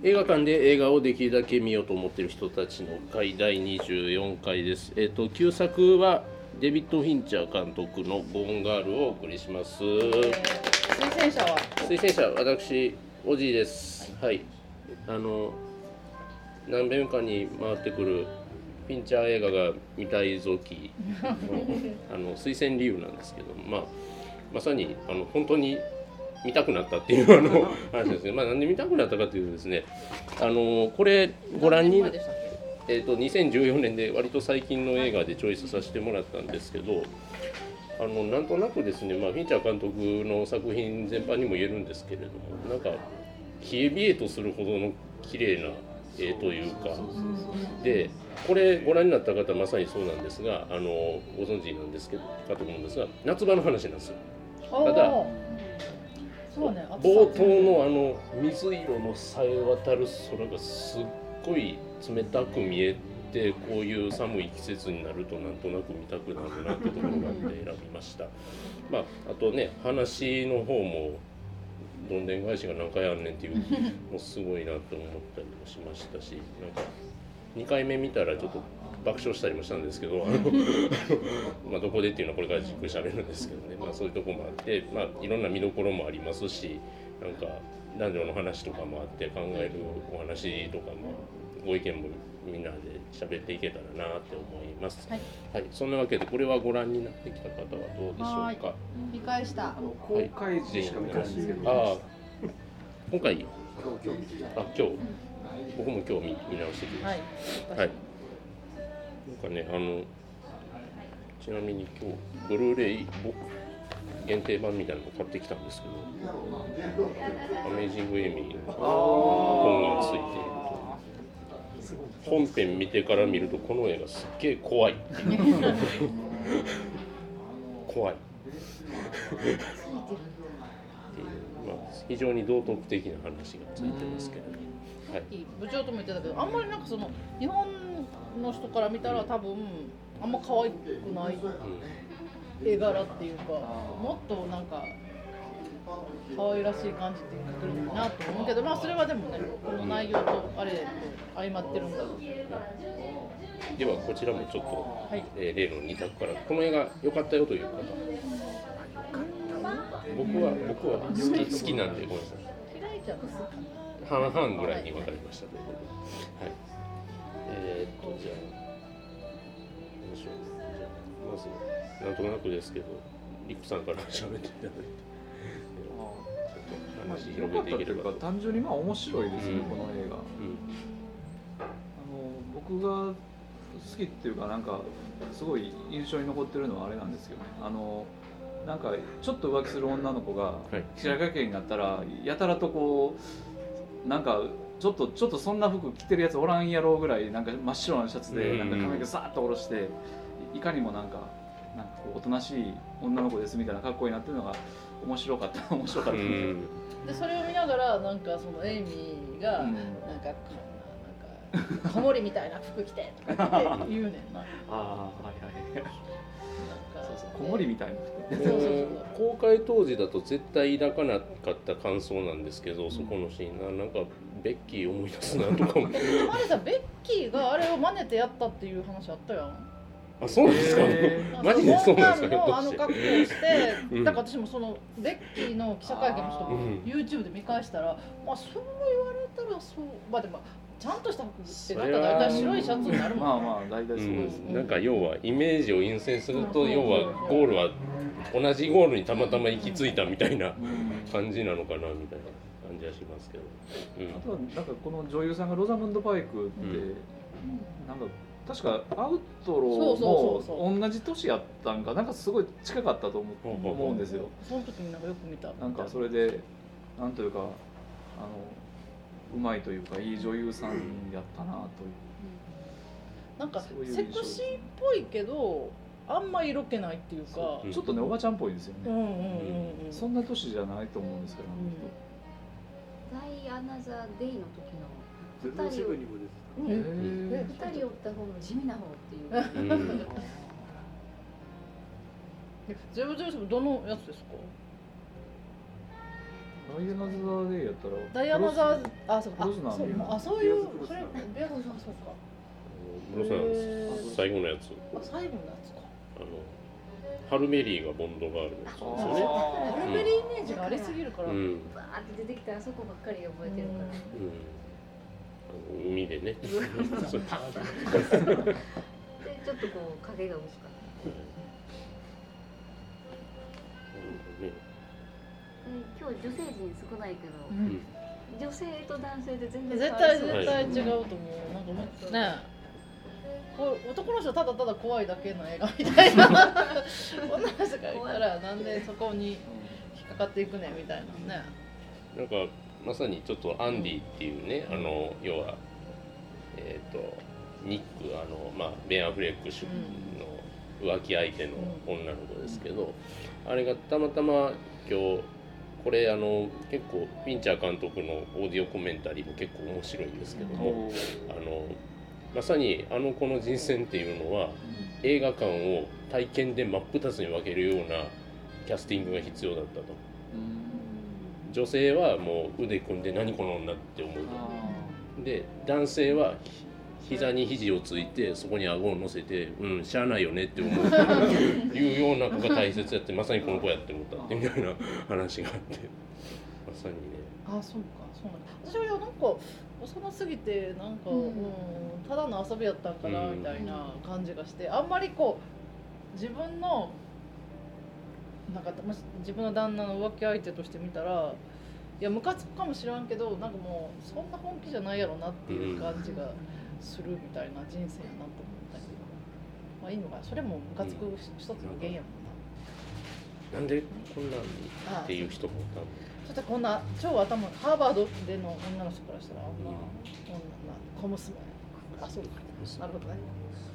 映画館で映画をできるだけ見ようと思っている人たちの会第24回です。旧作はデビッド・フィンチャー監督のゴーンガールをお送りします。 推薦者は私おじいです。はい。何遍かに回ってくるフィンチャー映画が見たいぞきの推薦理由なんですけど、まさに本当に見たくなったっていう話ですね。なんで見たくなったかというとですね、これご覧に2014年で割と最近の映画でチョイスさせてもらったんですけど、なんとなくですね、フィンチャー監督の作品全般にも言えるんですけれども、なんか冷え冷えとするほどの綺麗な絵というかで、これご覧になった方まさにそうなんですが、ご存知なんですけどかと思うんですが、夏場の話なんですよ。ただそうね、 冒頭の水色のさえ渡る空がすっごい冷たく見えて、こういう寒い季節になるとなんとなく見たくなるなってところがあって選びました。あとね、話の方もどんでん返しが何回あんねんっていうのすごいなと思ったりもしましたし、なんか2回目見たらちょっと爆笑したりもしたんですけど、どこでっていうのはこれからじっくり喋るんですけどね、そういうところもあって、いろんな見どころもありますし、なんか男女の話とかもあって考えるお話とかもご意見もみんなで喋っていけたらなって思います。はい、そんなわけでこれはご覧になってきた方はどうでしょうか。 理解した。 公開時しか見てないんですけど、 今回今日僕も今日見直してきました。はい。なんかね、ちなみに今日ブルーレイ限定版みたいなのを買ってきたんですけど、アメイジング・エミの本がついていると、本編見てから見るとこの映画すっげえ怖い怖い非常に道徳的な話がついてますけど、はい、 部長とも言ってたけど、あんまりなんかその日本の人から見たら多分あんま可愛くない絵柄っていうか、もっとなんか可愛らしい感じで描けるのかなと思うけど、それはでもね、この内容とあれと相まってるんだろう。 ではこちらもちょっと、例の2択からこの映画良かったよという方。僕は好きなんでごめんなさい。 嫌いじゃん。 半々ぐらいに分かりましたということで、はい。じゃあどうしよう。じゃあまずなんとなくですけど、リクさんから喋っていただいて、話広げていければと。 単純に面白いですね、この映画。僕が好きっていうか、なんかすごい印象に残ってるのはあれなんですよね。なんかちょっと浮気する女の子が記者会見になったら、やたらとこうなんかちょっとそんな服着てるやつおらんやろうぐらい、なんか真っ白なシャツでなんか髪の毛さーっと下ろして、いかにもなんかこうおとなしい女の子ですみたいな格好になってるのが面白かったんですよ。 でそれを見ながら、なんかそのエイミーがなんか子守みたいな服着てとかって言うねんな。 子守みたいな服。公開当時だと絶対抱かなかった感想なんですけど、そこのシーンなんかベッキー思い出すなとかも。 あれさ、ベッキーがあれを真似てやったっていう話あったやん。 あ、そうなんですか。マジでそうなんですか。 あの格好をして、だから私もそのベッキーの記者会見の人も YouTube で見返したら、そう言われたらそう、でもちゃんとした服ってなんか大体白いシャツになるもん。 大体そうですね。 なんか要はイメージを優先すると、要はゴールは同じゴールにたまたま行き着いたみたいな感じなのかなみたいな感じはしますけど。 あとはなんかこの女優さんがロザムンド・パイクって、なんか確かアウトローも同じ年やったんか、なんかすごい近かったと思うんですよ。 その時になんかよく見た。 なんかそれでなんというかうまいというか、いい女優さんやったなという。 なんかセクシーっぽいけどあんま色気ないっていうか、 ちょっとねおばちゃんっぽいですよね。そんな年じゃないと思うんですけど。 ダイ・アナザー・デイの時の2人おった方の地味な方っていう。 ゼロゼロセブンどのやつですか？ ダイアナザーデイやったらダイアナザーあそうかブロスナーそうあそういうそれベアさんそうかブロスナー最後のやつあ最後のやつかハルメリーがボンドガールのやつですよね。 ハルメリーイメージがありすぎるから、 バーって出てきたあそこばっかり覚えてるから、 海でね。 でちょっとこう影が薄かった。今日女性陣少ないけど、女性と男性で全然絶対違うと思う。なんかもっとね、こう男の人ただただ怖いだけの映画みたいな女の人がいたらなんでそこに引っかかっていくねみたいなね。 なんかまさにちょっとアンディっていうね、要はニックベン・アフレック氏の浮気相手の女の子ですけど、あれがたまたま今日これ結構フィンチャー監督のオーディオコメンタリーも結構面白いんですけども、まさに子の人選っていうのは映画館を体験で真っ二つに分けるようなキャスティングが必要だったと。女性はもう腕組んで何この女って思うと。で男性は膝に肘をついてそこに顎を乗せてしゃあないよねって思うというような子が大切やってまさにこの子やって思ったってみたいな話があってまさにね。 あ、そうか、そうなんだ。私はなんか幼すぎてなんか、ただの遊びやったんかなみたいな感じがして、あんまりこう自分のなんか自分の旦那の浮気相手として見たらいやムカつくかもしらんけどなんかもうそんな本気じゃないやろなっていう感じがするみたいな人生やなと思ったけど、まあいいのかな、それもムカつく一つの原因やもんな。 なんでこんなんにっていう人も多分ちょっとこんな超頭ハーバードでの女の人からしたら小娘あそうかなるほどね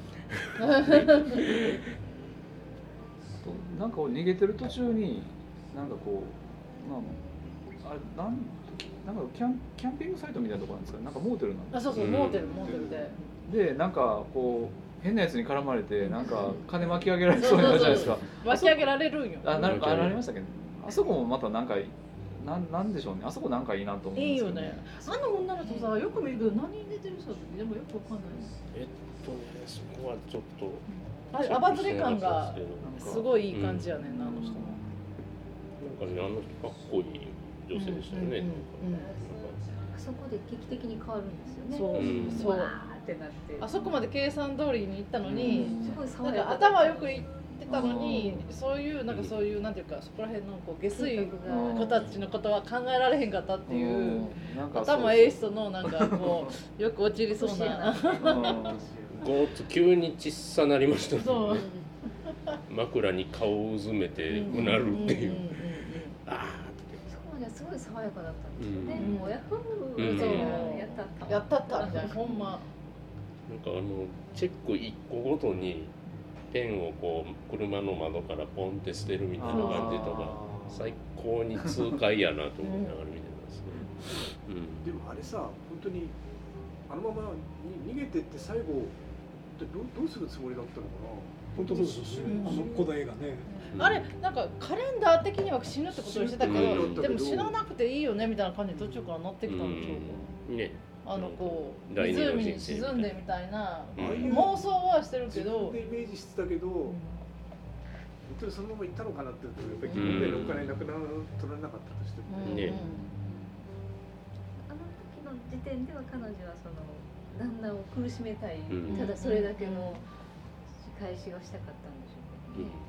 なんか逃げてる途中になんかこうあれなんかキャンピングサイトみたいなところなんですか、なんかモーテルなんですか。 あ、そうそう、モーテルでなんかこう変なやつに絡まれてなんか金巻き上げられそうになるじゃないですか。 巻き上げられるんよ。 ありましたけど、あそこもまたなんかなんでしょうね、あそこなんかいいなと思うんですけど、ね、 いいよね。あの女の人さ、よく見るけど何に出てる人ってでもよくわかんない。 そこはちょっとアバズレ感がすごいいい感じやねんな、あの人も。 なんかね、あの人かっこいい女性でしたよね。 あそこで劇的に変わるんですよね。 そう。 ってなって。 あそこまで計算通りに行ったのに、 なんか頭よくいってたのに、そういうなんかそういうなんていうかそこら辺のこう下水子たちのことは考えられへんかったっていう、頭ええ人のなんかこうよく陥りそうな。 急に小さなりましたね。枕に顔をうずめてうなるっていう。 すごい爽やかだったんですよね。もうヤフーやったったみたいな、ほんま。 なんかチェック1個ごとにペンをこう車の窓からポンって捨てるみたいな感じとか最高に痛快やなと思いながら見てますね。 でもあれさ、本当にあのまま逃げてって最後どうするつもりだったのかな。 本当そうですよね。古代映画ね。 あれなんかカレンダー的には死ぬってことにしてたけど、でも死ななくていいよねみたいな感じで途中からなってきたんでしょうか。ね。こう湖に沈んでみたいな妄想はしてるけど。 自分でイメージしてたけど、本当にそのまま行ったのかなって言うとやっぱり自分でお金なくな取られなかったとしてもね。 あの時の時点では彼女はその旦那を苦しめたい、ただそれだけの仕返しをしたかったんでしょうね。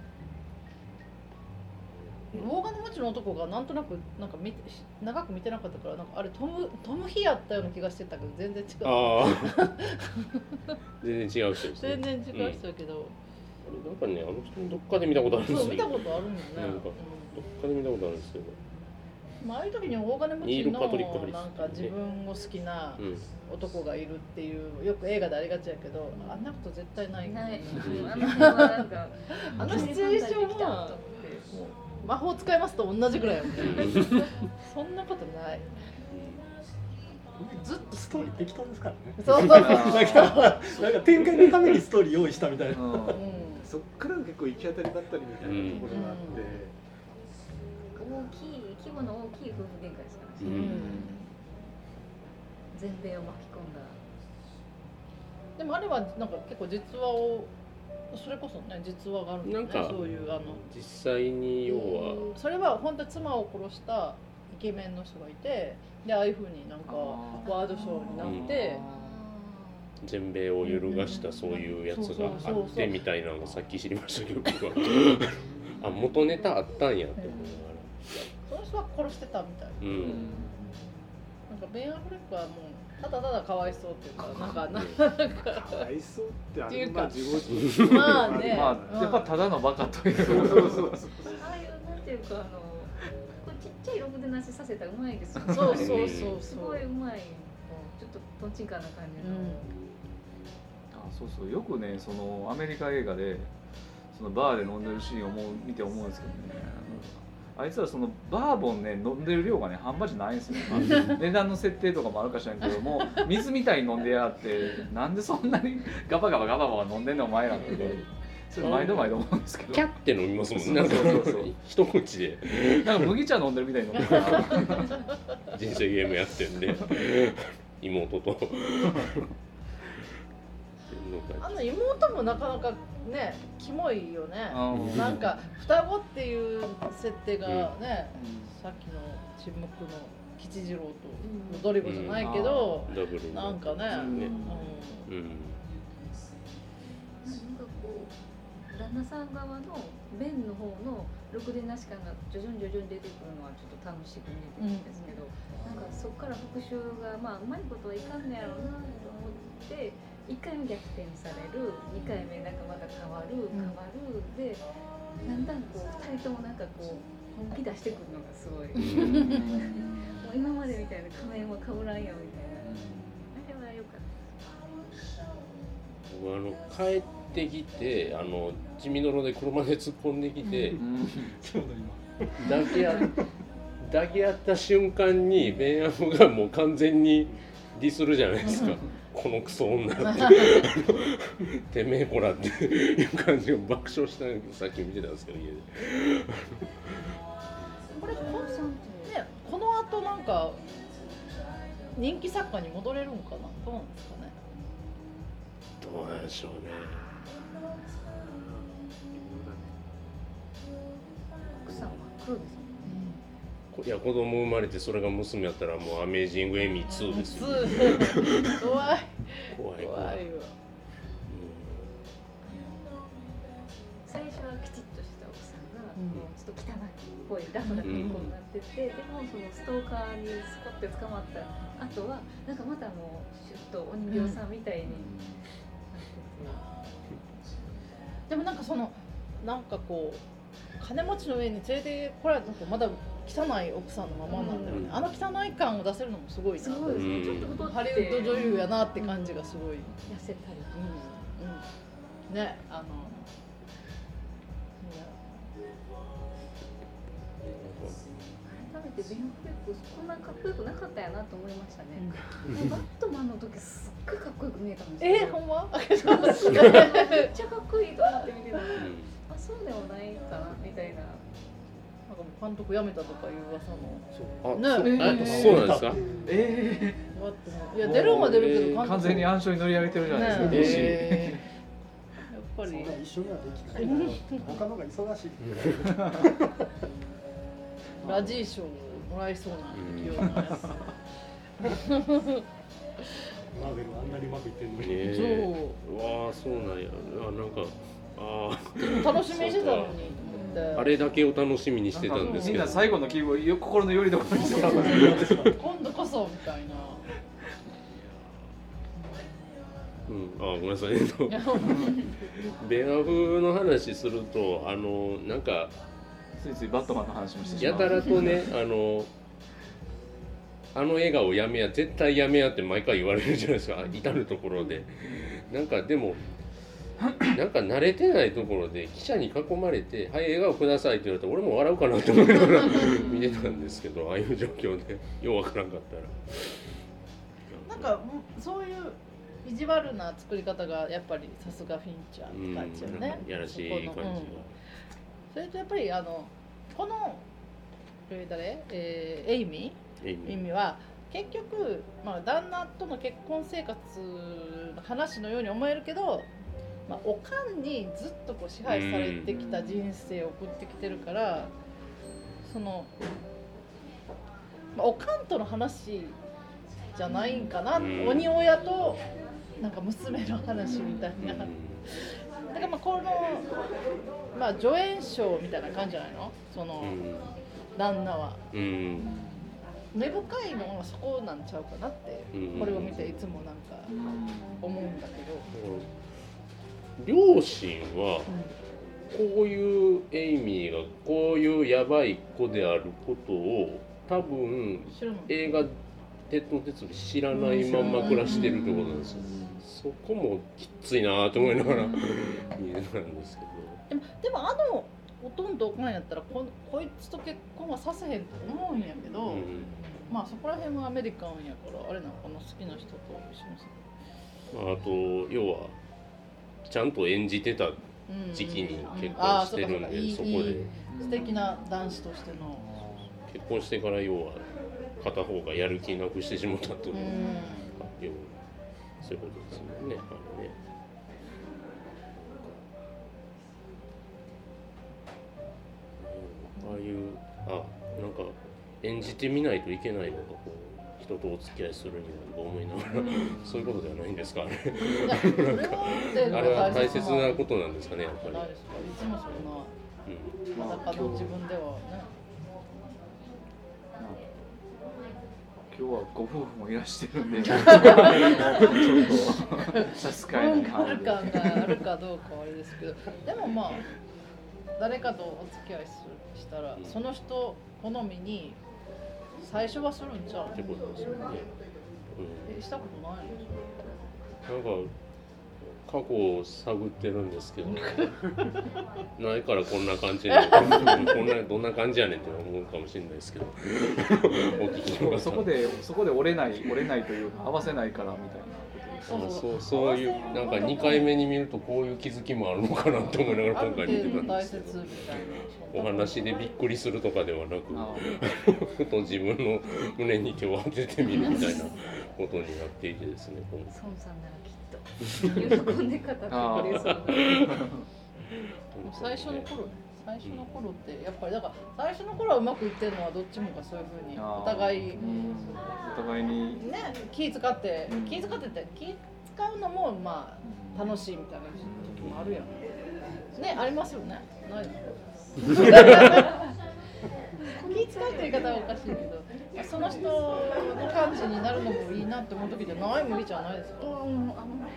大金持ちの男がなんとなくなんか長く見てなかったからなんかあれトムヒやったような気がしてたけど全然違う。 全然違う人ですね。 全然違う人だけど。 なんかね、あの人どっかで見たことあるんですよ。 そう見たことあるんよね。 なんかどっかで見たことあるんですけど。 まあああいう時に大金持ちのなんか自分を好きな男がいるっていうよく映画でありがちやけど、あんなこと絶対ない。ない。あのシチュエーションは魔法使いますと同じぐらいやもんね。そんなことない。 ずっとストーリー適当ですからね。 そうなんか展開のためにストーリー用意したみたいな。 そっから結構行き当たりばったりみたいなところがあって、 大きい規模の大きい夫婦喧嘩ですからね、全米を巻き込んだ。 でもあれはなんか結構実話をそれこそね実話があるんだね。 なんかそういう実際に要はそれは本当に妻を殺したイケメンの人がいて、でああいう風になんかワードショーになって、 全米を揺るがしたそういうやつがあってみたいなのをさっき知りましたけど、僕はあ元ネタあったんやって思いながら、 その人は殺してたみたいな。なんかベン・アフレックはもうただただかわいそうっていうか、なんかかわいそうってあれっていうか自業まあね、 まあやっぱただのバカという。 ああいうなんていうかこうちっちゃいログでなしさせたらうまいですよね。 そうそうそうすごいうまい。ちょっとトンチンカンな感じの。 そうそうよくねそのアメリカ映画でそのバーで飲んでるシーンを見て思うんですけどね、あいつらそのバーボンね飲んでる量がね半端じゃないんですよ、値段の設定とかもあるかしらんけども水みたいに飲んでやってなんでそんなにガバガバガバガバ飲んでんのお前らってそれ毎度毎度思うんですけど、 キャッて飲みますもんね。なんか一口でなんか麦茶飲んでるみたいに飲んでるから人生ゲームやってんで妹と妹もなかなかねキモいよね。なんか双子っていう設定がね、さっきの沈黙の吉次郎とドリボじゃないけど、なんかね、 なんかこう旦那さん側のベンの方のろくでなし感が徐々に出てくるのはちょっと楽しく見えてるんですけど、なんかそこから復讐がまあうまいことはいかんのやろうなと思って1回目逆転される、2回目なんかまた変わるで、だんだんこう2人ともなんかこう本気出してくるのがすごいもう今までみたいな仮面はかぶらんよみたいな、あれは良かった。 僕帰ってきて血みどろで車で突っ込んできて、抱き合った瞬間にベン・アフがもう完全にディスるじゃないですか。このクソ女っててめえこらっていう感じを爆笑したのさっき見てたんですけど、家でこれこの後なんか人気作家に戻れるんかな、どうなんですかね。 どうなんでしょうね。 奥さんは黒ですね。 いや子供生まれてそれが娘やったらもうアメージングエミ2ですよ。 怖い怖いわ。 最初はきちっとした奥さんが、ちょっと汚いっぽいラフな格好になってて、でもそのストーカーにスコッて捕まった後はなんかまたもうシュッとお人形さんみたいになってて、 でもなんかそのなんかこう金持ちの上に連れてこられたとまだ汚い奥さんのままなんだよね。あの汚い感を出せるのもすごいな。 すごいですね。ちょっと太ってハリウッド女優やなって感じがすごい。 痩せたり、 ね改めてベン・アフレックこんなかっこよくなかったやなと思いましたね。バットマンの時すっごいかっこよく見えたんですよ。 ほんま？ めっちゃかっこいいと思って見てた。あ、そうでもないかなみたいな。 なんかもう監督辞めたとかいう噂も。 そうなんですか？ いや出るんは出るけど完全に暗礁に乗り上げてるじゃないですか。 やっぱり一緒にはできない他のが忙しい。 ラジー賞をもらえそうな勢いのやつ。 マーベルあんなにうまくいってんのに。 そう。 わあそうなんや。なんか楽しみにしてたのに。 あれだけを楽しみにしてたんですけど。 みんな最後の希望を心の拠り所にしてた。 今度こそみたいな。 ごめんなさい。ベン・アフの話するとなんかついついバットマンの話もしてしまう。 やたらとねあの映画をやめや絶対やめやって毎回言われるじゃないですか、至るところで。なんかでもなんか慣れてないところで記者に囲まれて「はい笑顔ください」って言われたら俺も笑うかなと思いながら見てたんですけど、ああいう状況でようわからんかったらなんかそういう意地悪な作り方がやっぱりさすがフィンチャーって感じよね。 やらしい感じが。 それとやっぱりこの誰、エイミは結局、まあ、旦那との結婚生活の話のように思えるけど、まあ、おかんにずっとこう支配されてきた人生を送ってきてるから、その、まあ、おかんとの話じゃないんかな、鬼親となんか娘の話みたいな。だからまあこの、まあ、助演賞みたいな感じじゃないの、その旦那は。根深いのはそこなんちゃうかなって、これを見ていつもなんか思うんだけど、両親はこういうエイミーがこういうヤバい子であることを多分映画テッドの鉄尾知らないまま暮らしてるってことなんですよ。そこもきついなと思いながら見えたんですけど、 でもほとんどおかんやったらこいつと結婚はさせへんと思うんやけど、まあそこら辺はアメリカンやからあれなのかな、好きな人と一緒にする。あと要はちゃんと演じてた時期に結婚してるんで、そこで素敵な男子としての結婚してから要は片方がやる気なくしてしまったという、そういうことですよね。ああいうなんか演じてみないといけないのがこう人とお付き合いするにはとか思いながらそういうことではないんですかね。あれは大切なことなんですかね、やっぱり。いつもそんな裸の自分ではね。 今日はご夫婦もいらしてるんでちょっと差し支えない感があるかどうかはあれですけど、でもまあ誰かとお付き合いしたら、その人好みに最初はするんちゃうってことですよね。したことないの？ なんか過去を探ってるんですけどないからこんな感じでどんな感じやねんって思うかもしれないですけどお聞きの方そこで折れないというか合わせないからみたいな。 そういうなんか2回目に見るとこういう気づきもあるのかなって思いながら今回見てたんですけど、お話でびっくりするとかではなくふと自分の胸に手を当ててみるみたいなことになっていてですね。 孫さんならきっと喜んで語ってくれそうな最初の頃ってやっぱりだから最初の頃はうまくいってるのはどっちもがそういう風にお互いにね気使って気使うのもまあ楽しいみたいな時もあるやんね、ありますよね。ないの気使うって言い方はおかしいけど、その人の感じになるのもいいなって思う時ってない無理じゃないですか。 でも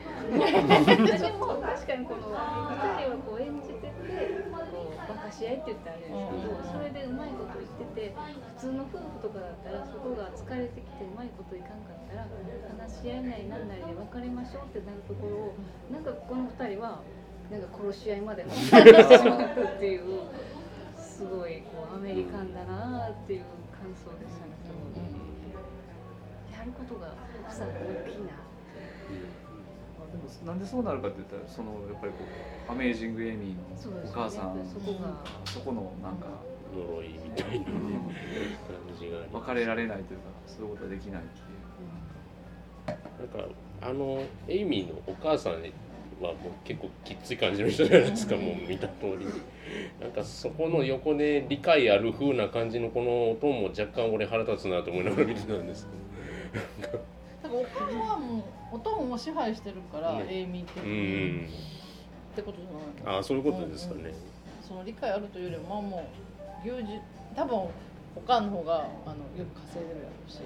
確かにこの2人はこう演じててこうバカし合いって言ったらあれですけど、それでうまいこと言ってて、普通の夫婦とかだったらそこが疲れてきてうまいこといかんかったら話し合えないなんなりで別れましょうってなるところをなんかこの2人はなんか殺し合いまで持ってしてしまうっていうすごいこうアメリカンだなっていう感想でしたね。やることが大きいな。 でもなんでそうなるかって言ったらやっぱりこうアメージングエミーのお母さん、そこのなんか呪いみたいな感じが別れられないというかそういうことはできないっていう。 なんかエイミーのお母さんはもう結構きつい感じの人じゃないですか、もう見た通りに。なんかそこの横で理解ある風な感じのこの音も若干俺腹立つなと思いながら見てたんですけど。 だからおかんはもうおとんを支配してるから、エイミーってことじゃないの？ そういうことですかね。 その理解あるというよりも、もう多分おかんの方がよく稼いでるやろうし。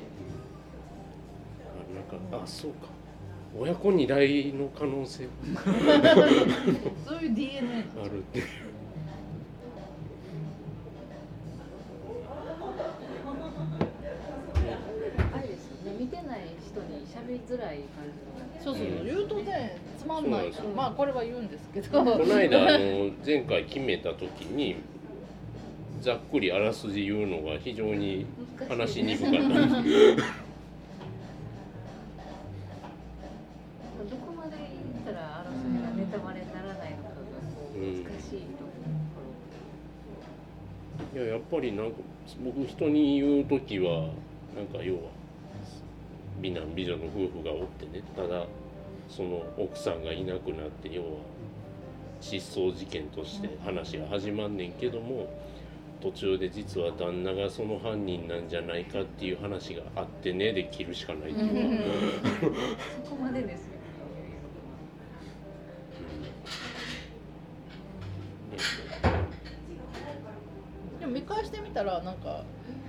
なんかそうか。親子二代の可能性そういう DNA あるっていう。 あれですよね、見てない人に喋りづらい感じ。 そう言うとねつまんないから、まあこれは言うんですけど、 この間前回決めた時にざっくりあらすじ言うのが非常に話しにくかったんです。 どこまでいったらあらすじがネタバレにならないのかが難しいところ。 いややっやっぱりなんか僕人に言う時はなんか要は美男美女の夫婦がおってね、ただその奥さんがいなくなって要は失踪事件として話が始まんねんけども、途中で実は旦那がその犯人なんじゃないかっていう話があってねで切るしかないっていうかそこまでですよ。 でも見返してみたらなんか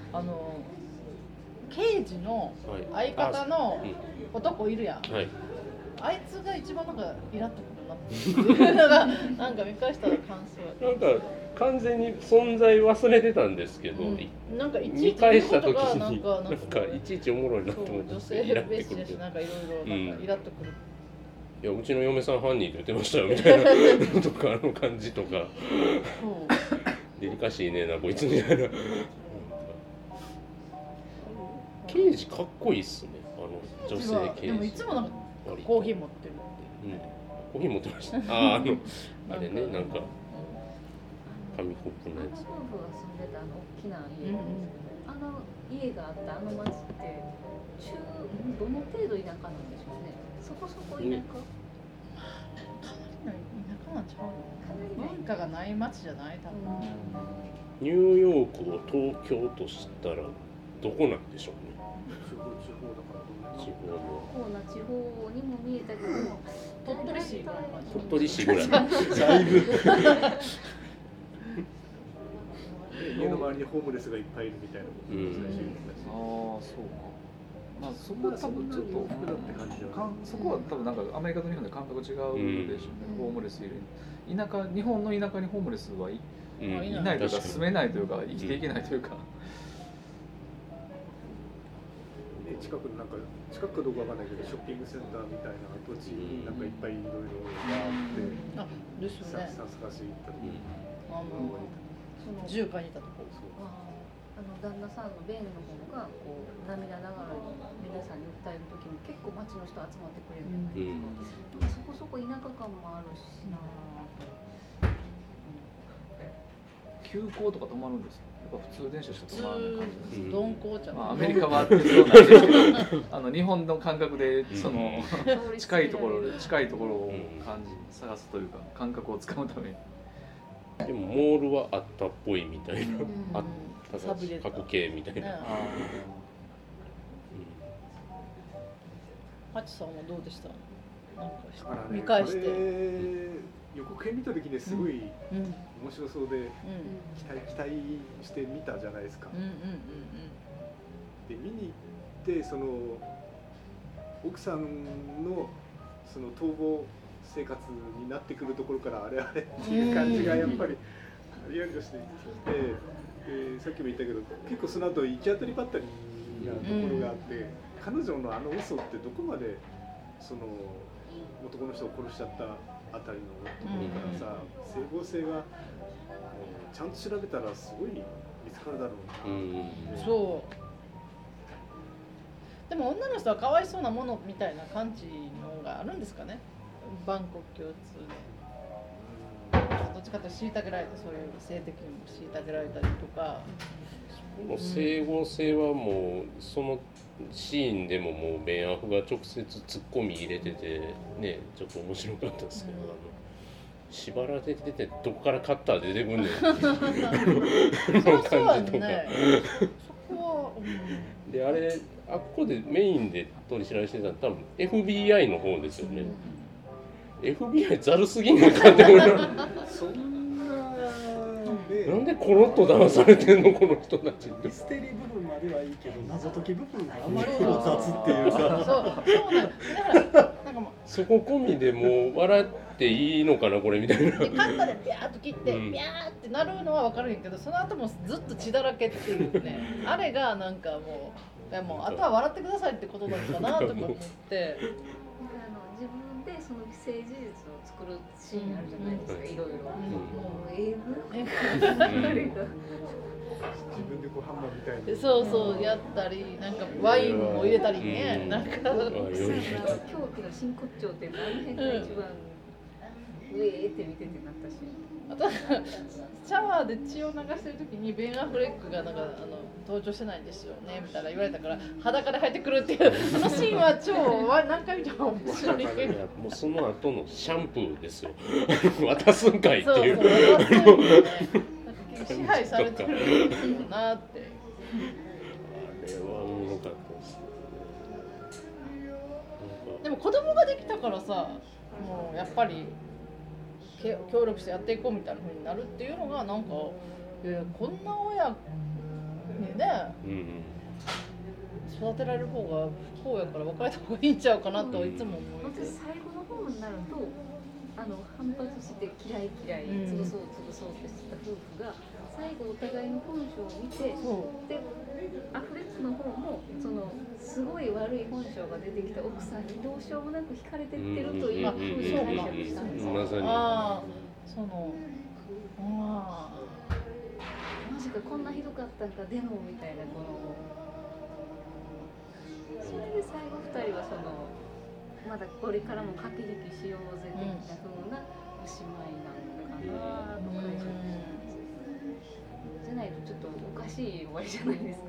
刑事の相方の男いるやん、 はい、 あいつが一番なんかイラッとくるなっていうのがなんか見返したら感想なんか完全に存在忘れてたんですけど、 なんかいちいち見返した時になんかいちいちおもろいなと思って女性ベースだしなんかいろいろなんかイラッとくる、 いやうちの嫁さん犯人って言ってましたよみたいなのとか感じとかデリカシーねえなこいつみたいな刑事かっこいいっすね、女性刑事。 でもいつもなんかコーヒー持ってるって、 コーヒー持ってましたあれね、なんか紙コップのやつ。 夫婦が住んでた大きな家なんですけど、家があった町ってどの程度田舎なんでしょうね。そこそこ田舎、 かなりの田舎なんちゃうの。文化がない町じゃない多分、 ニューヨークを東京としたらどこなんでしょうね。 結構な地方にも見えたけど、 鳥取市ぐらい。 鳥取市ぐらいだいぶ家の周りにホームレスがいっぱいいるみたいなことを最初言ってたし、 ああそうか。まあそこは多分ちょっと複雑って感じではそこは多分なんかアメリカと日本で感覚違うでしょうね。ホームレスいる。田舎日本の田舎にホームレスはいないというか住めないというか生きていけないというか。 近くのなんか近くかどうかわかんないけどショッピングセンターみたいな土地になんかいっぱいいろいろあって、 ですよね。 探しに行った時に住家にいたとこ。 旦那さんのベンの方がこう涙ながらに皆さんに訴える時も結構町の人集まってくれるじゃないですか。そこそこ田舎感もあるしな。 急行とか止まるんですか。やっぱ普通電車しか止まらない感じです。 鈍行じゃん。 アメリカはそうなんですけど、日本の感覚でその近いところを探すというか感覚をつかむために。 でもモールはあったっぽいみたいな、あった角形みたいな。 ハチさんはどうでした？なんか見返して予告編見た時にすごい面白そうで期待して見たじゃないですか。で見に行ってその奥さんのその逃亡生活になってくるところからあれあれっていう感じがやっぱりリアルとしてきて、さっきも言ったけど結構その後行き当たりばったりなところがあって、彼女のあの嘘ってどこまでその男の人を殺しちゃったあたりのところからさ、整合性がちゃんと調べたらすごい見つかるだろうな。 そう。でも女の人はかわいそうなものみたいな感じのがあるんですかね。万国共通で。どっちかというと虐げられてそういう性的にも虐げられたりとか。 整合性はもうそのシーンでももうベン・アフが直接ツッコミ入れててね、ちょっと面白かったですけど、縛られててどこからカッター出てくんねんっていう感じとか。 そこは、 であれあっこでメインで取り調べしてたの多分 FBI の方ですよね。FBI ざるすぎんのかって思いながらなんでコロッと騙されてんのこの人たちって。 ミステリー部分まではいいけど謎解き部分があまりにも雑っていうかそうなんだ。 そこ込みでもう笑っていいのかなこれみたいな。 カッターでビャーっと切ってビャーってなるのは分かるんやけど、その後もずっと血だらけっていうねあれがなんかもうあとは笑ってくださいってことなのかなとか思って。 自分でその既成事実を作るシーンあるじゃないですか、いろいろ。もう英語自分でこうハンマーみたいな。 そうやったり、なんかワインも入れたりね、なんか。 狂気の真骨頂っていうのあの辺が一番上って見ててなったし。 あとシャワーで血を流してる時にベン・アフレックがなんか登場してないんですよねみたいな言われたから裸で入ってくるっていうそのシーンは超何回見ても面白い。 いやもうその後のシャンプーですよ渡すんかいっていう。 そうそう渡すよね。なんか支配されてるんだなって。 あれはおもろかったですね。 でも子供ができたからさ、もうやっぱり協力してやっていこうみたいな風になるっていうのがなんか、こんな親にね、育てられる方が不幸やから別れた方がいいんちゃうかなといつも思う。 最後の方になると反発して嫌い潰そうってした夫婦が最後お互いの本性を見て、でアフレックの方もそのすごい悪い本性が出てきた奥さんにどうしようもなく惹かれてってるというふうに解釈したんですよ。 まさにマジかこんなひどかったんかでもみたいなそれで最後2人はまだこれからも駆け引きしようぜ的な風なおしまいなのかなとかじゃないとちょっとおかしい終わりじゃないですか。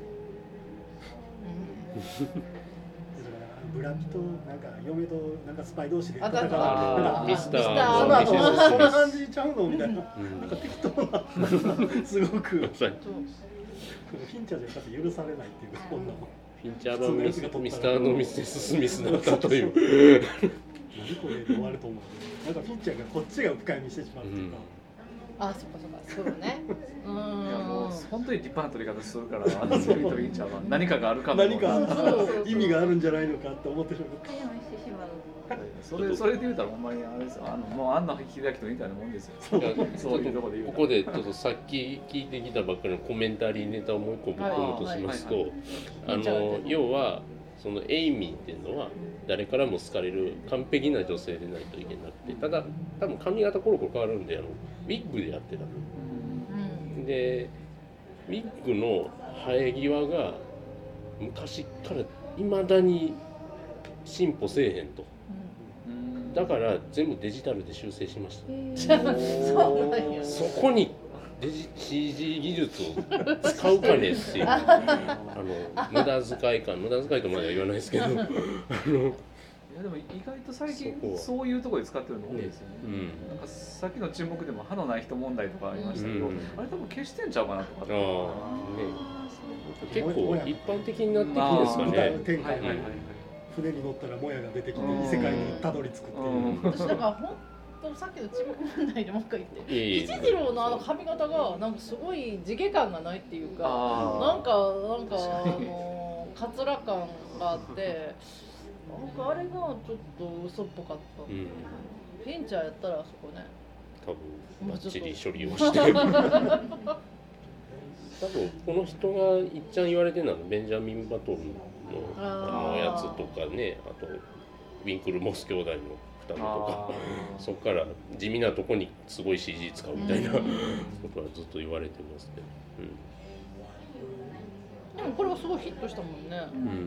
ブラピとなんか嫁となんかスパイ同士で戦うミスターそんな感じちゃうのみたいな、なんか適当なすごくフィンチャーじゃなくて許されないっていうか、そんなフィンチャー版ミスターミセス・スミスだったという何これで終わると思う。なんかフィンチャーがこっちが深読みしてしまうっていうか、 そっかそうね。 いやもう本当に立派な取り方するから、スピリット・フィンチャーは何かがあるかも、 何か意味があるんじゃないのかって思ってしまう。 それで言うたらほんまにあれですよ、もうあんな開きとみたいなもんですよ。そういうところで言うと。 ここでちょっとさっき聞いてきたばっかりのコメンタリーネタをもう一個ぶっ込むとしますと、要はそのエイミーっていうのは誰からも好かれる完璧な女性でないといけなくて、ただ多分髪型コロコロ変わるんでウィッグでやってたの、でウィッグの生え際が昔からいまだに進歩せえへんと、だから全部デジタルで修正しました。そこにCG 技術を使うかねっていう無駄遣いとまでは言わないですけどいやでも意外と最近そういうところで使ってるの多いですよね。なんかさっきの注目でも歯のない人問題とかありましたけど、あれ多分消してんちゃうかなとか、 結構一般的になってきてるんですかね。 船に乗ったらもやが出てきて異世界にたどり着くっていう。 私だから本当さっきの沈黙問題でもう一回言って、一次郎の髪型がなんかすごい地毛感がないっていうか、なんかカツラ感があって、なんかあれがちょっと嘘っぽかった。フィンチャーやったらあそこね。 多分バッチリ処理をしてる。多分この人がいっちゃん言われてるのはベンジャミン・バトルのやつとかね、あとウィンクル・モス兄弟の双子とか、そこから地味なとこにすごい CG 使うみたいなことはずっと言われてますけど、でもこれはすごいヒットしたもんね。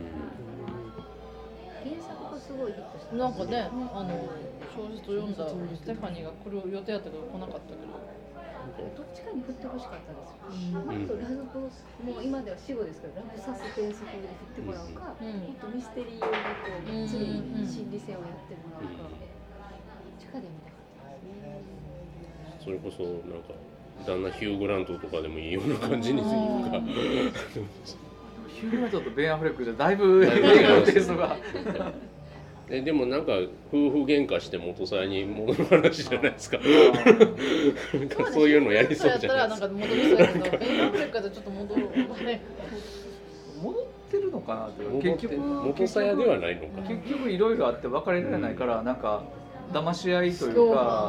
原作がすごいヒットした。 なんかね、小説を読んだステファニーが来る予定だったけど来なかったけど、 どっちかに振ってほしかったですよ。もっとラブもう今では死後ですけどラブサスペンス風で振ってもらうか、もっとミステリー用で常に心理戦をやってもらうか、地下で見たかったですね。 それこそなんか旦那ヒュー・グラントとかでもいいような感じにするか。 ヒュー・グラントとベン・アフレックじゃだいぶ映画のテイストが。 でもなんか夫婦喧嘩して元さやに戻る話じゃないですか。そういうのやりそうじゃないですか。 なんか戻りそうやけど、ベン・アフレックだとちょっと戻るね。 戻ってるのかなって。結局元さやではないのか。 結局いろいろあって別れられないから、なんか騙し合いというか、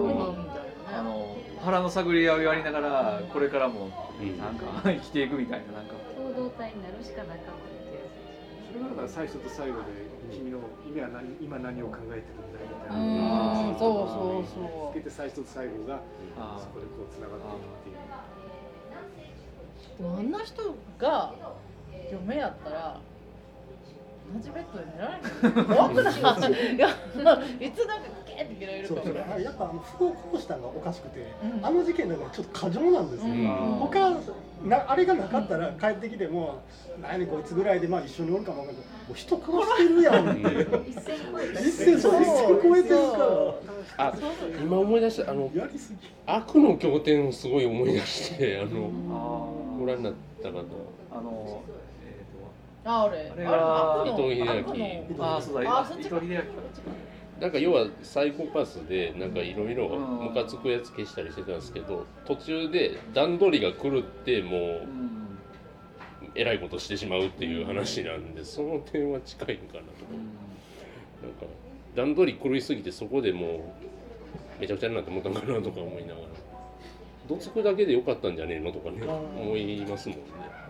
腹の探り合いをやりながらこれからもなんか生きていくみたいな、なんか共同体になるしかなかったっていう。 それがだから最初と最後で君の今何を考えてるんだみたいな。 そう。 つけて最初と最後がそこでこうつながっていくっていう。 でもあんな人が嫁やったら同じベッドで寝られない怖くない？いや、いつなんかゲーって切られるかも。 やっぱ不法殺したのがおかしくて、あの事件だからちょっと過剰なんですよ。他あれがなかったら帰ってきても何こいつぐらいでまあ一緒におるかもわかんないけど、もう人殺してるやんって。一線超えてるから。 あ、今思い出したやりすぎ。 悪の経典をすごい思い出してご覧になった方。 あれが伊藤英明。 あ、そうだ、伊藤英明。 なんか要はサイコパスでなんかいろいろムカつくやつ消したりしてたんですけど、途中で段取りが狂ってもうえらいことしてしまうっていう話なんで、その点は近いんかなとか、なんか段取り狂いすぎてそこでもうめちゃくちゃになって思ったんかなとか思いながら、どつくだけでよかったんじゃねえのとかね思いますもんね。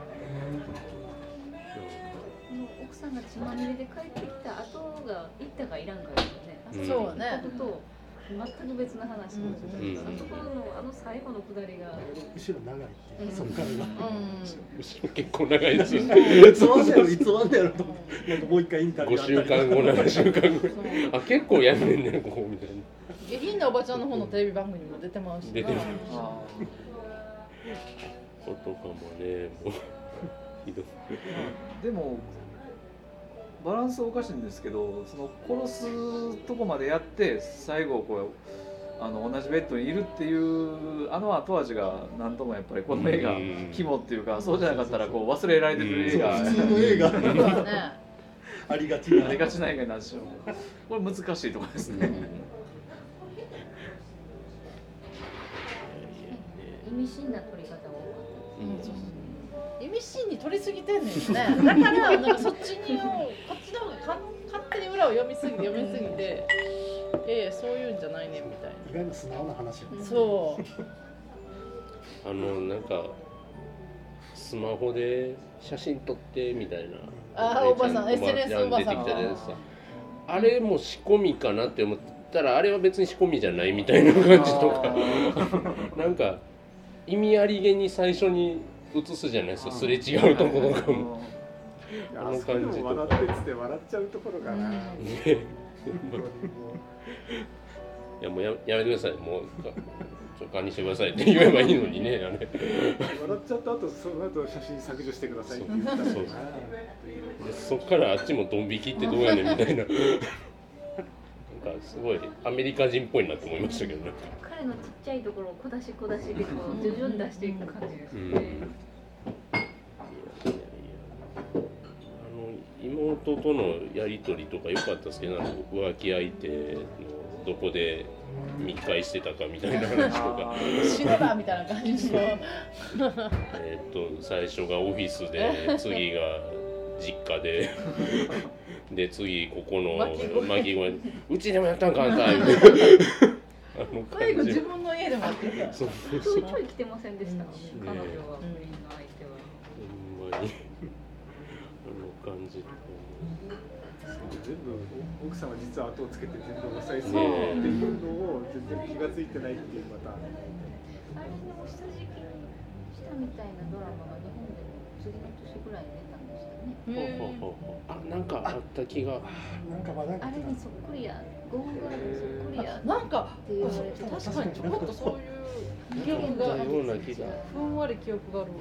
奥さんが血まみれで帰ってきた後が行ったかいらんかですよね。 そうね。 と全く別の話なんですよね。あのところの最後のくだりが後ろ長いっていう、そっからが後ろ結構長いですよね。 いつまでやろと思って、なんかもう一回インタビュー 5週間後7週間後あ、結構やんねんねここみたいな。 下品なおばちゃんの方のテレビ番組にも出てますし、 出てますことかもね、もうひどい。 でもバランスおかしいんですけど、その殺すとこまでやって最後こう同じベッドにいるっていう後味がなんともやっぱりこの映画肝っていうか、そうじゃなかったらこう忘れられてる映画、 普通の映画ありがちな映画になっちゃう。これ難しいところですね。 意味深な撮り方を。 意味深に取りすぎてんねんね。だからなんかそっちにもこっちの方が勝手に裏を読みすぎて、そういうんじゃないねんみたいな。 意外な素直な話よね。 そう。 なんかスマホで写真撮ってみたいな。 おばさん SNS おばさん。 出てきたじゃないですか。あれも仕込みかなって思ったら、あれは別に仕込みじゃないみたいな感じとか、なんか意味ありげに最初に映すじゃないですか、すれ違うところとかも。 あの感じとか。笑ってっつって笑っちゃうところがな。 いやもうやめてください、もう勘にしてくださいって言えばいいのにね、あれ。 笑っちゃった後、その後写真削除してくださいって言ったら。そうそっからあっちもドン引きってどうやねんみたいな。なんかすごいアメリカ人っぽいなと思いましたけどね。 彼のちっちゃいところを小出しでこう徐々に出していく感じですね。 妹とのやり取りとか良かったですけど、浮気相手のどこで密会してたかみたいな話とか。 死ねばみたいな感じの。 最初がオフィスで、次が実家で。で次ここの巻き声うちでもやったんかあんた最後自分の家でもやってるから。 ちょいちょい来てませんでした。彼女は不倫の相手は。 ほんまに感じとか全部奥さんは実は後をつけて全部抑えそうっていうのを全然気がついてないっていうパターン。 あれの下敷きにしたみたいなドラマが日本でも次の年ぐらいに出たんでしたね。 あ、なんかあった気が。 あれにそっくりや、ゴーンガールにそっくりや。 なんか確かにちょこっとそういう記憶がふんわり記憶がある。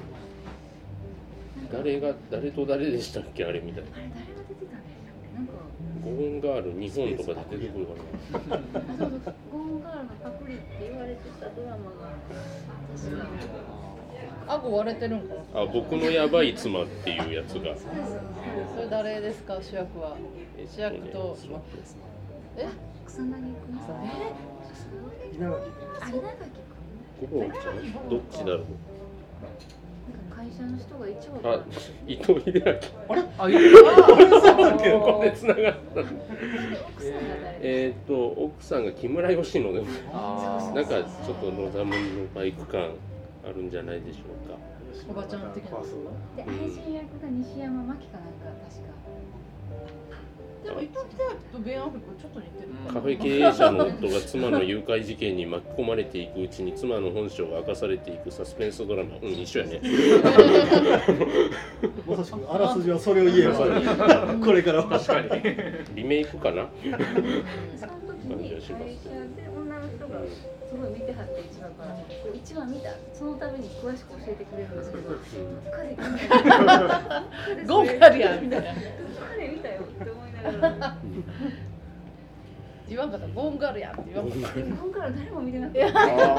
誰と誰でしたっけあれみたいな。 あれ誰が出てたんでしたっけ。なんかゴーンガール日本とかで出てくるかな。 ゴーンガールのパクリって言われてたドラマが確か顎割れてるんかな。 あ、僕のやばい妻っていうやつが。 それ誰ですか、主役は。主役と草薙くん。 稲垣。 ゴーンちゃんどっちだろう。 会社の人が一応。 あ、伊藤英明。 あれ？ ここで繋がった。奥さんが木村佳乃でも。なんかちょっとロザムンのバイク感あるんじゃないでしょうか。 おばちゃん的な怖そうで愛人役が西山真紀かなんか確か。 でも伊藤北役とベン・アフレックちょっと似てるかな。 カフェ経営者の夫が妻の誘拐事件に巻き込まれていくうちに妻の本性が明かされていくサスペンスドラマ。一緒やね。 まさしくあらすじはそれを言えばこれからは確かにリメイクかな。 その時に会社で女の人がすごい見てはって一話から一話見たそのために詳しく教えてくれるんですけどどっかで見たゴンカリアみたいな。 どっかで見たよって思いながら言わんかったゴンガルやって言わんかった。 でも今から誰も見てなくて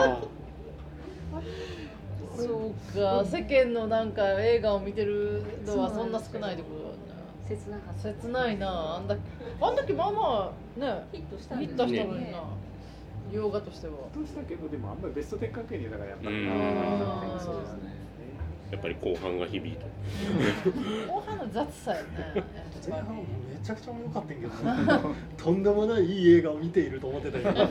そうか、世間のなんか映画を見てるのはそんな少ないってことだ切なかっな。切ないな。あんだけまあまあねたヒットしたんヒッですトしたのにな。洋画としては。 どうしたけどでもあんまりベスト10関係にだからやっぱりそうですねやっぱり後半が響いた。 後半の雑さよね。 前半めちゃくちゃ良かったんけどねとんでもないいい映画を見ていると思ってたけどこれ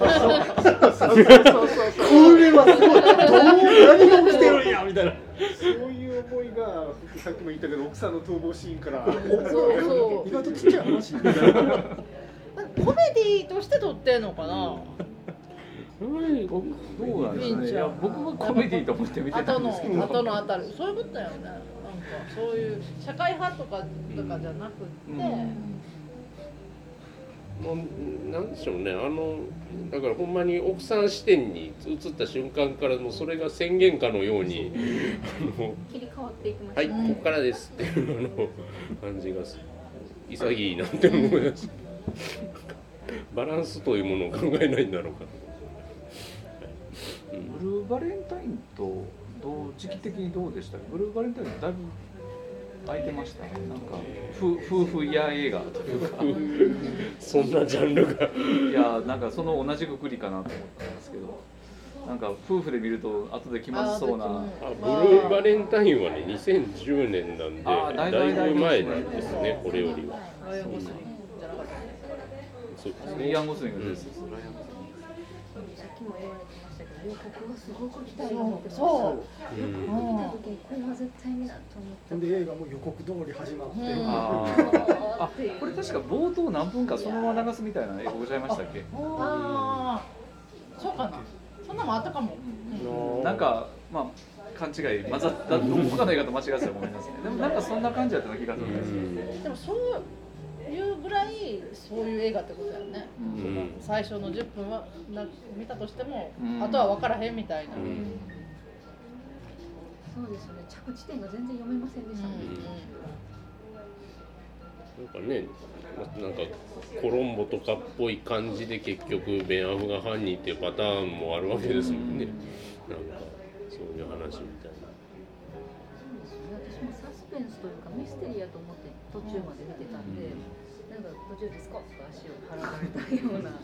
はすごい何が起きてるんやみたいなそういう思いがさっきも言ったけど奥さんの逃亡シーンからそう意外とちっちゃい話みたいなコメディとして撮ってんのかな。 どうなんですかね。いや僕はコメディと思って見てたんですけど後のあたりそういうことだよね。なんかそういう社会派とかじゃなくって、 なんでしょうね。だからほんまに奥さん視点に移った瞬間からもうそれが宣言かのように切り替わっていきましたはい、ここからですっていう感じが潔いなって思いますバランスというものを考えないんだろうかと、 ブルーバレンタインと時期的にどうでしたか。ブルーバレンタインだいぶ空いてましたね。なんか夫婦イヤー映画というかそんなジャンルがいやなんかその同じくくりかなと思ったんですけど、なんか夫婦で見ると後で気まずそうな。 ブルーバレンタインはね2010年なんでだいぶ前なんですね。これよりはライアン・ゴスリングじゃなかったね。 そうですね。 イアン・ゴスリングです。 さっきも言われてましたけど予告がすごく期待が持ってました。 そう見た時にこれは絶対にだと思った。 で映画も予告通り始まってあこれ確か冒頭何分かそのまま流すみたいな映画ございましたっけ。 ああ、そうかな。そんなもんあったかも。 なんかまあ勘違い混ざった他の映画と間違ってたらごめんなさい。でもなんかそんな感じだったような気がするんですけど。 でもそういうぐらいそういう映画ってことだよね。最初の10分は見たとしても、あとは分からへんみたいな。 そうですよね。着地点が全然読めませんでしたね。 なんかね、なんかコロンボとかっぽい感じで結局ベン・アフが犯人っていうパターンもあるわけですもんね。なんかそういう話みたいな。 私もサスペンスというかミステリーやと思って途中まで見てたんで、なんか途中でスコッと足を払われたような。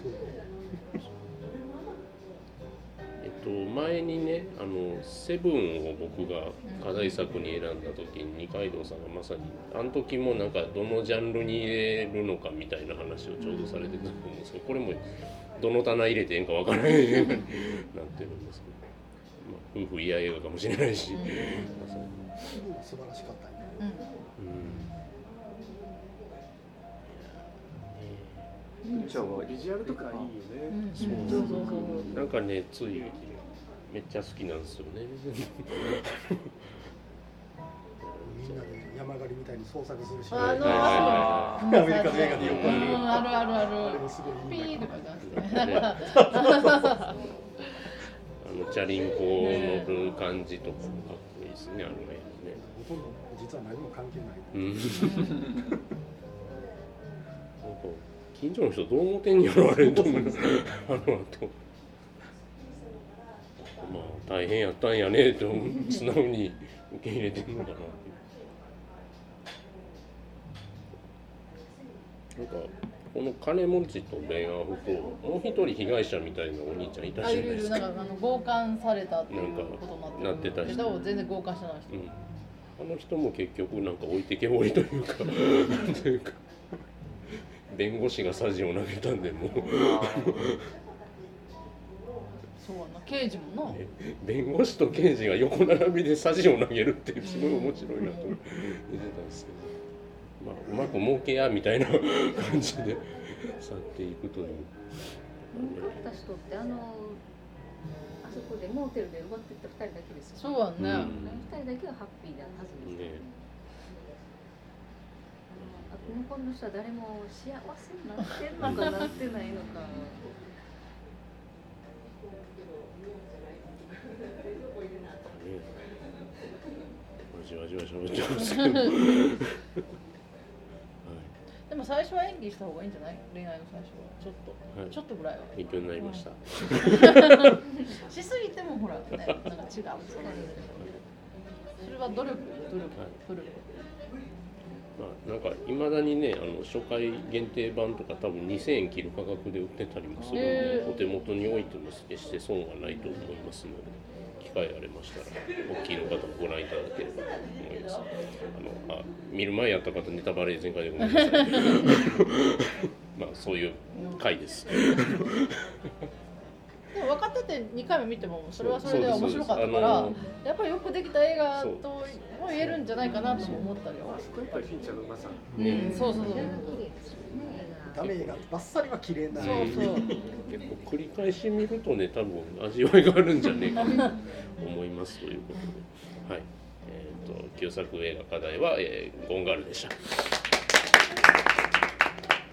前にねセブンを僕が課題作に選んだ時に二階堂さんがまさにあの時もなんかどのジャンルに入れるのかみたいな話をちょうどされてたと思うんですけど、これもどの棚入れてええんかわからないようになってるんですけど、夫婦嫌映画かもしれないし、 素晴らしかったね。 じゃあビジュアルとかいいよね。 そうなんかねついめっちゃ好きなんですよね。 みんなで山狩りみたいに創作するし、 アメリカの映画でよくある。 あるあるある。 あれもすごいいいんだけど。 ピーとかじゃなくて。 チャリンコ乗る感じとかもかっこいいですね、あの映画ね。 ほとんど実は何も関係ない。 なんか近所の人どう思ってんやろあれと思います。あの後。まあ大変やったんやねと素直に受け入れてるのかなっていう。なんかこの金持ちとベン・アフともう一人被害者みたいなお兄ちゃんいたじゃないですか。 なんか強姦されたっていうことになってたけど、全然強姦してない人。 あの人も結局なんか置いてけぼりというかなんていうか弁護士がサジを投げたんでもうそうな刑事もな弁護士と刑事が横並びでさじを投げるっていうすごい面白いなと見てたんですけど、まあ、うまく儲けやみたいな感じで去っていくという。 儲かった人ってあそこでモーテルで奪っていった2人だけですよ。 そうやね、 2人だけはハッピーなはずですね。向こうの人は誰も幸せになってんのかなってないのか。 じわじわ喋ってますけどでも最初は演技した方がいいんじゃない？恋愛の最初はちょっと、はい、ちょっとぐらいは勉強になりました、 しすぎてもほらね、なんか違うそれは努力、 まあ、なんかいまだにね初回限定版とか多分2000円切る価格で売ってたりもするので、お手元に置いても決して損はないと思いますので、機会ありましたらお聞きの方もご覧いただければと思います。見る前やった方ネタバレ全開でごめんなさいまあそういう回ですでも分かってて2回目見てもそれはそれで面白かったからやっぱりよくできた映画とも言えるんじゃないかなとも思ったりは。 やっぱりフィンチャーのうまさ。 そうダメ映画バッサリは綺麗な。 そう結構繰り返し見るとね多分味わいがあるんじゃねえかなと思いますということで、はい、旧作映画課題は、ゴンガールでした。